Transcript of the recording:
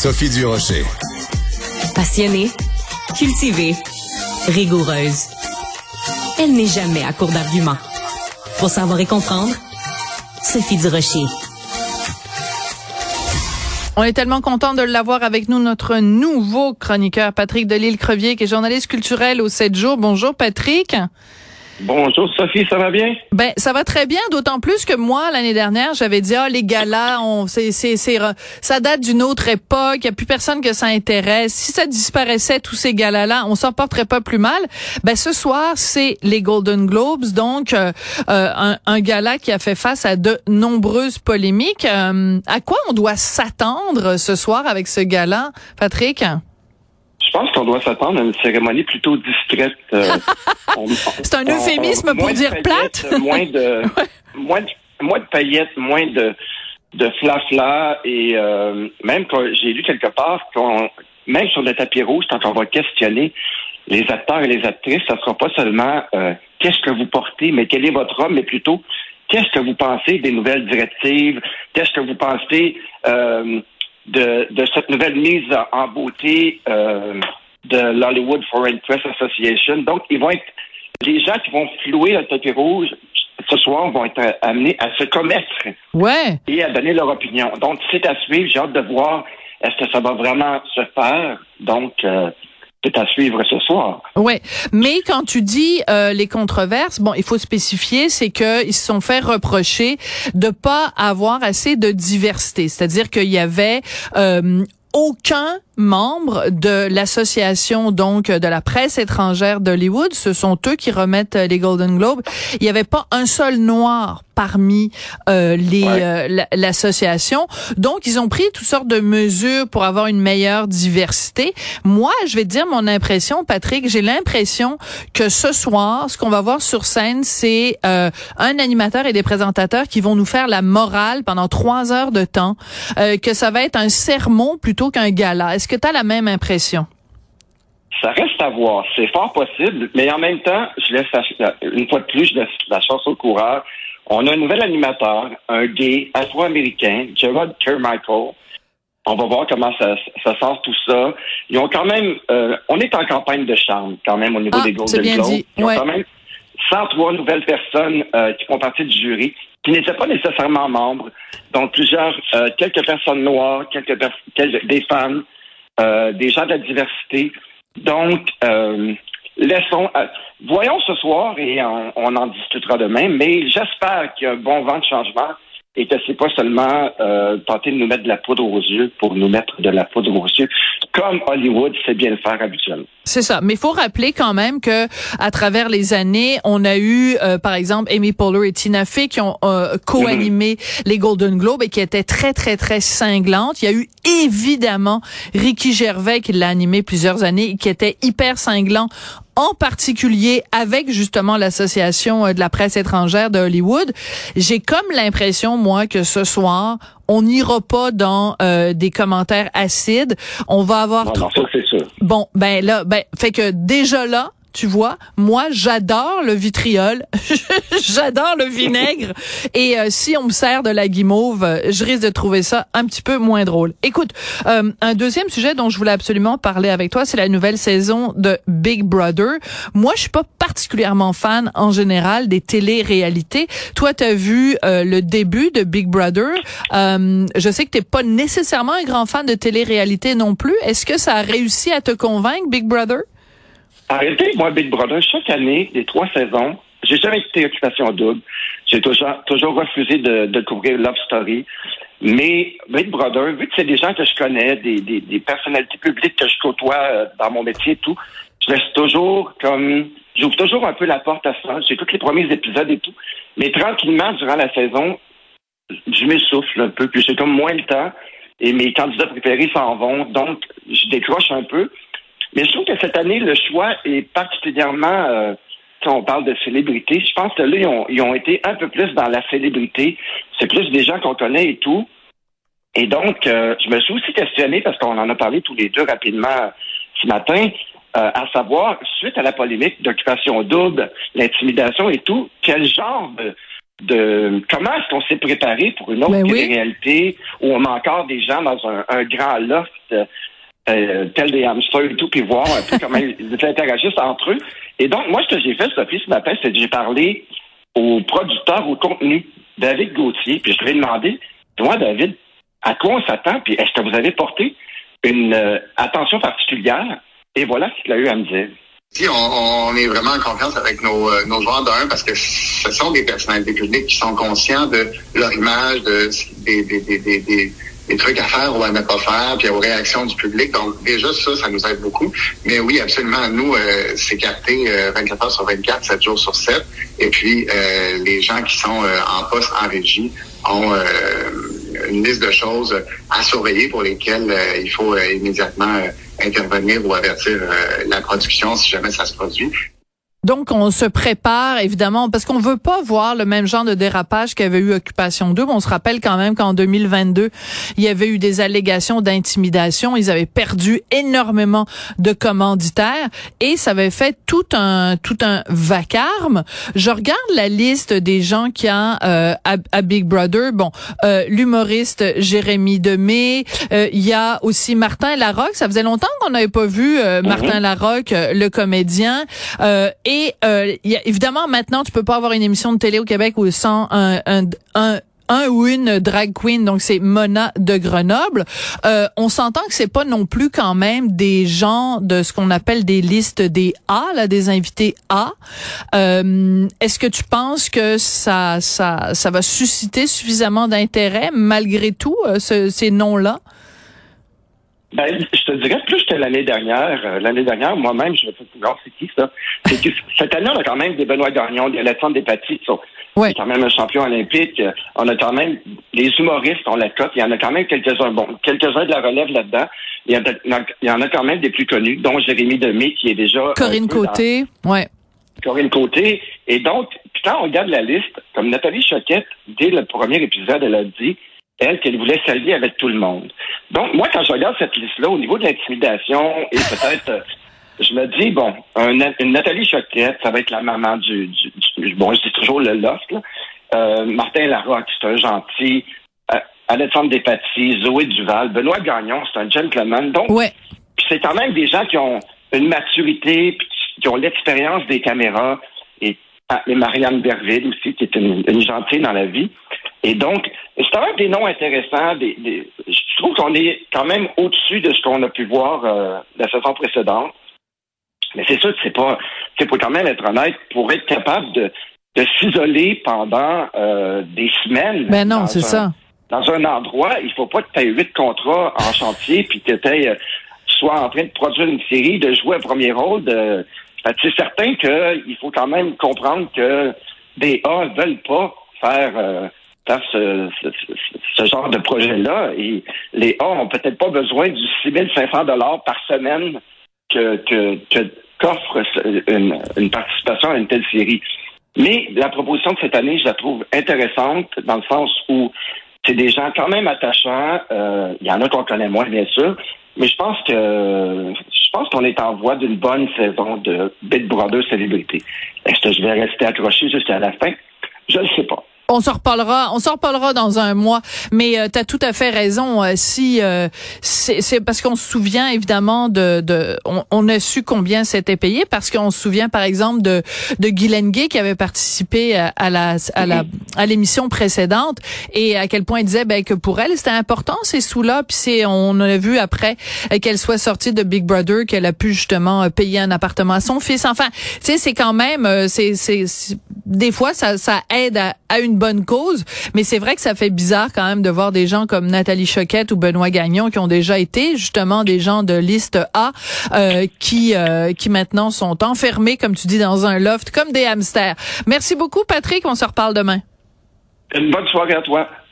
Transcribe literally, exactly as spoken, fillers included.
Sophie Durocher. Passionnée, cultivée, rigoureuse. Elle n'est jamais à court d'arguments. Pour savoir et comprendre, Sophie Durocher. On est tellement content de l'avoir avec nous, notre nouveau chroniqueur, Patrick Delisle-Crevier, qui est journaliste culturel au sept jours. Bonjour, Patrick. Bonjour Sophie, ça va bien? Ben ça va très bien, d'autant plus que moi l'année dernière j'avais dit ah les galas, on c'est c'est c'est ça date d'une autre époque, il y a plus personne que ça intéresse. Si ça disparaissait tous ces galas là, on s'en porterait pas plus mal. Ben ce soir c'est les Golden Globes, donc euh, un, un gala qui a fait face à de nombreuses polémiques. Euh, à quoi on doit s'attendre ce soir avec ce gala, Patrick? Je pense qu'on doit s'attendre à une cérémonie plutôt discrète. Euh, on, c'est un on, euphémisme on, pour dire plate. Moins de, ouais. moins de, moins de paillettes, moins de, de flafla et euh, même quand j'ai lu quelque part qu'on, même sur le tapis rouge, quand on va questionner les acteurs et les actrices, ça ne sera pas seulement euh, qu'est-ce que vous portez, mais quel est votre homme, mais plutôt qu'est-ce que vous pensez des nouvelles directives, qu'est-ce que vous pensez euh, De, de cette nouvelle mise en beauté euh, de l'Hollywood Foreign Press Association. Donc, ils vont être les gens qui vont flouer le tapis rouge ce soir vont être amenés à se commettre ouais. et à donner leur opinion. Donc, c'est à suivre. J'ai hâte de voir est-ce que ça va vraiment se faire. Donc, euh, c'est à suivre ce soir. Ouais, mais quand tu dis euh, les controverses, bon, il faut spécifier, c'est que ils se sont fait reprocher de pas avoir assez de diversité, c'est-à-dire qu'il y avait euh, aucun membre de l'association donc de la presse étrangère d'Hollywood, ce sont eux qui remettent les Golden Globes. Il n'y avait pas un seul noir parmi euh, les ouais. euh, l'association. Donc ils ont pris toutes sortes de mesures pour avoir une meilleure diversité. Moi, je vais te dire mon impression, Patrick, j'ai l'impression que ce soir, ce qu'on va voir sur scène, c'est euh, un animateur et des présentateurs qui vont nous faire la morale pendant trois heures de temps, euh, que ça va être un sermon plutôt qu'un gala. Est-ce que tu as la même impression? Ça reste à voir. C'est fort possible, mais en même temps, je laisse la, une fois de plus, je laisse la chance au coureur. On a un nouvel animateur, un gay afro-américain, Gerard Carmichael. On va voir comment ça, ça sort tout ça. Ils ont quand même, euh, on est en campagne de charme quand même au niveau ah, des Golden Globes. Ils ont ouais. quand même cent trois nouvelles personnes euh, qui font partie du jury, qui n'étaient pas nécessairement membres. Donc plusieurs, euh, quelques personnes noires, quelques, quelques des femmes. Euh, des gens de la diversité. Donc, euh, laissons, euh, voyons ce soir et on, on en discutera demain, mais j'espère qu'il y a un bon vent de changement et que c'est pas seulement euh, tenter de nous mettre de la poudre aux yeux pour nous mettre de la poudre aux yeux, comme Hollywood sait bien le faire habituellement. C'est ça, mais il faut rappeler quand même que à travers les années, on a eu euh, par exemple Amy Poehler et Tina Fey qui ont euh, co-animé mm-hmm. les Golden Globes et qui étaient très très très cinglantes. Il y a eu évidemment Ricky Gervais qui l'a animé plusieurs années et qui était hyper cinglant, en particulier avec justement l'association de la presse étrangère de Hollywood. J'ai comme l'impression, moi, que ce soir, on n'ira pas dans euh, des commentaires acides. On va avoir... Non, non, ça, c'est sûr. Bon, ben là, ben, fait que déjà là, tu vois, moi, j'adore le vitriol, j'adore le vinaigre, et euh, si on me sert de la guimauve, je risque de trouver ça un petit peu moins drôle. Écoute, euh, un deuxième sujet dont je voulais absolument parler avec toi, c'est la nouvelle saison de Big Brother. Moi, je suis pas particulièrement fan, en général, des télé-réalités. Toi, t'as vu euh, le début de Big Brother. Euh, je sais que t'es pas nécessairement un grand fan de télé-réalité non plus. Est-ce que ça a réussi à te convaincre, Big Brother? Arrêtez, moi, Big Brother, chaque année, les trois saisons, j'ai jamais écouté Occupation Double. J'ai toujours, toujours refusé de, de couvrir Love Story. Mais Big Brother, vu que c'est des gens que je connais, des, des, des personnalités publiques que je côtoie euh, dans mon métier et tout, je laisse toujours comme... J'ouvre toujours un peu la porte à ça. J'écoute les premiers épisodes et tout. Mais tranquillement, durant la saison, je m'essouffle un peu. Puis j'ai comme moins le temps. Et mes candidats préférés s'en vont. Donc, je décroche un peu. Mais je trouve que cette année, le choix est particulièrement, euh, quand on parle de célébrité, je pense que là, ils ont, ils ont été un peu plus dans la célébrité. C'est plus des gens qu'on connaît et tout. Et donc, euh, je me suis aussi questionné, parce qu'on en a parlé tous les deux rapidement ce matin, euh, à savoir, suite à la polémique d'Occupation Double, l'intimidation et tout, quel genre de... de comment est-ce qu'on s'est préparé pour une autre ben télé-réalité oui. où on a encore des gens dans un, un grand loft euh, euh, tels des hamsters et tout, puis voir un peu comment ils interagissent entre eux. Et donc, moi, ce que j'ai fait, Sophie, ce matin, c'est que j'ai parlé au producteur, au contenu, David Gauthier, puis je lui ai demandé, moi, David, à quoi on s'attend, puis est-ce que vous avez porté une euh, attention particulière? Et voilà ce qu'il a eu à me dire. Si on, on est vraiment en confiance avec nos, euh, nos joueurs d'un, parce que ce sont des personnalités publiques qui sont conscients de leur image, de, des, des, des, des, des, des trucs à faire ou à ne pas faire, puis aux réactions du public. Donc déjà, ça, ça nous aide beaucoup. Mais oui, absolument, nous, euh, c'est capté euh, vingt-quatre heures sur vingt-quatre, sept jours sur sept. Et puis, euh, les gens qui sont euh, en poste, en régie, ont euh, une liste de choses à surveiller pour lesquelles euh, il faut euh, immédiatement euh, intervenir ou avertir euh, la production si jamais ça se produit. Donc, on se prépare, évidemment, parce qu'on veut pas voir le même genre de dérapage qu'avait eu Occupation double. On se rappelle quand même qu'en deux mille vingt-deux, il y avait eu des allégations d'intimidation. Ils avaient perdu énormément de commanditaires et ça avait fait tout un tout un vacarme. Je regarde la liste des gens qui a euh, à, à Big Brother. Bon, euh, l'humoriste Jérémy Demé. Euh, il y a aussi Martin Larocque. Ça faisait longtemps qu'on n'avait pas vu euh, Martin Larocque, le comédien. Euh, et Et euh, y a, évidemment, maintenant, tu peux pas avoir une émission de télé au Québec où sans un, un, un un ou une drag queen, donc c'est Mona de Grenoble. Euh, on s'entend que c'est pas non plus quand même des gens de ce qu'on appelle des listes des A, là, des invités A. Euh, est-ce que tu penses que ça, ça, ça va susciter suffisamment d'intérêt malgré tout, euh, ce, ces noms-là? Ben, je te dirais, plus que l'année dernière, euh, l'année dernière, moi-même, je me suis dit, non, c'est qui ça? C'est que cette année, on a quand même des Benoît Gagnon, des Alexandre Despatie, qui sont ouais. quand même un champion olympique. On a quand même les humoristes, on la cote. Il y en a quand même quelques-uns, bon, quelques-uns de la relève là-dedans. Il y en a, il y en a quand même des plus connus, dont Jérémy Demé, qui est déjà... Corinne Côté, dans... ouais. Corinne Côté. Et donc, quand on regarde la liste, comme Nathalie Choquette, dès le premier épisode, elle a dit, elle, qu'elle voulait s'allier avec tout le monde. Donc, moi, quand je regarde cette liste-là, au niveau de l'intimidation, et peut-être, euh, je me dis, bon, un, une Nathalie Choquette, ça va être la maman du, du, du bon, je dis toujours le loft, là. Euh, Martin Larocque, c'est un gentil. Euh, Alexandre Despatie, Zoé Duval, Benoît Gagnon, c'est un gentleman. Donc, ouais. Puis c'est quand même des gens qui ont une maturité, puis qui ont l'expérience des caméras, et, et Marianne Berville aussi, qui est une, une gentille dans la vie. Et donc, c'est quand même des noms intéressants. Des, des, je trouve qu'on est quand même au-dessus de ce qu'on a pu voir euh, la saison précédente. Mais c'est sûr que c'est pas, c'est pour quand même être honnête, pour être capable de, de s'isoler pendant euh, des semaines. Ben non, c'est un, ça. Dans un endroit, il faut pas que tu aies huit contrats en chantier, puis que tu aies euh, soit en train de produire une série, de jouer un premier rôle. De, c'est certain qu'il faut quand même comprendre que des A ne veulent pas faire... Euh, Dans ce, ce, ce genre de projet-là. Et les A ont peut-être pas besoin du six mille cinq cents dollars par semaine que, que, que qu'offre une, une participation à une telle série. Mais la proposition de cette année, je la trouve intéressante dans le sens où c'est des gens quand même attachants. Euh, il y en a qu'on connaît moins, bien sûr. Mais je pense que je pense qu'on est en voie d'une bonne saison de Big Brother Célébrité. Est-ce que je vais rester accroché jusqu'à la fin? Je ne sais pas. On s'en reparlera, on s'en reparlera dans un mois. Mais euh, tu as tout à fait raison. Euh, si euh, c'est, c'est parce qu'on se souvient évidemment de, de on, on a su combien c'était payé parce qu'on se souvient par exemple de de Guylaine Gay qui avait participé à, à la à la à l'émission précédente et à quel point elle disait ben que pour elle c'était important ces sous-là. Puis c'est on a vu après qu'elle soit sortie de Big Brother qu'elle a pu justement payer un appartement à son fils. Enfin, tu sais c'est quand même c'est c'est, c'est des fois ça ça aide à, à une bonne cause, mais c'est vrai que ça fait bizarre quand même de voir des gens comme Nathalie Choquette ou Benoît Gagnon qui ont déjà été justement des gens de liste A euh, qui euh, qui maintenant sont enfermés, comme tu dis, dans un loft comme des hamsters. Merci beaucoup, Patrick. On se reparle demain. Une bonne soirée à toi.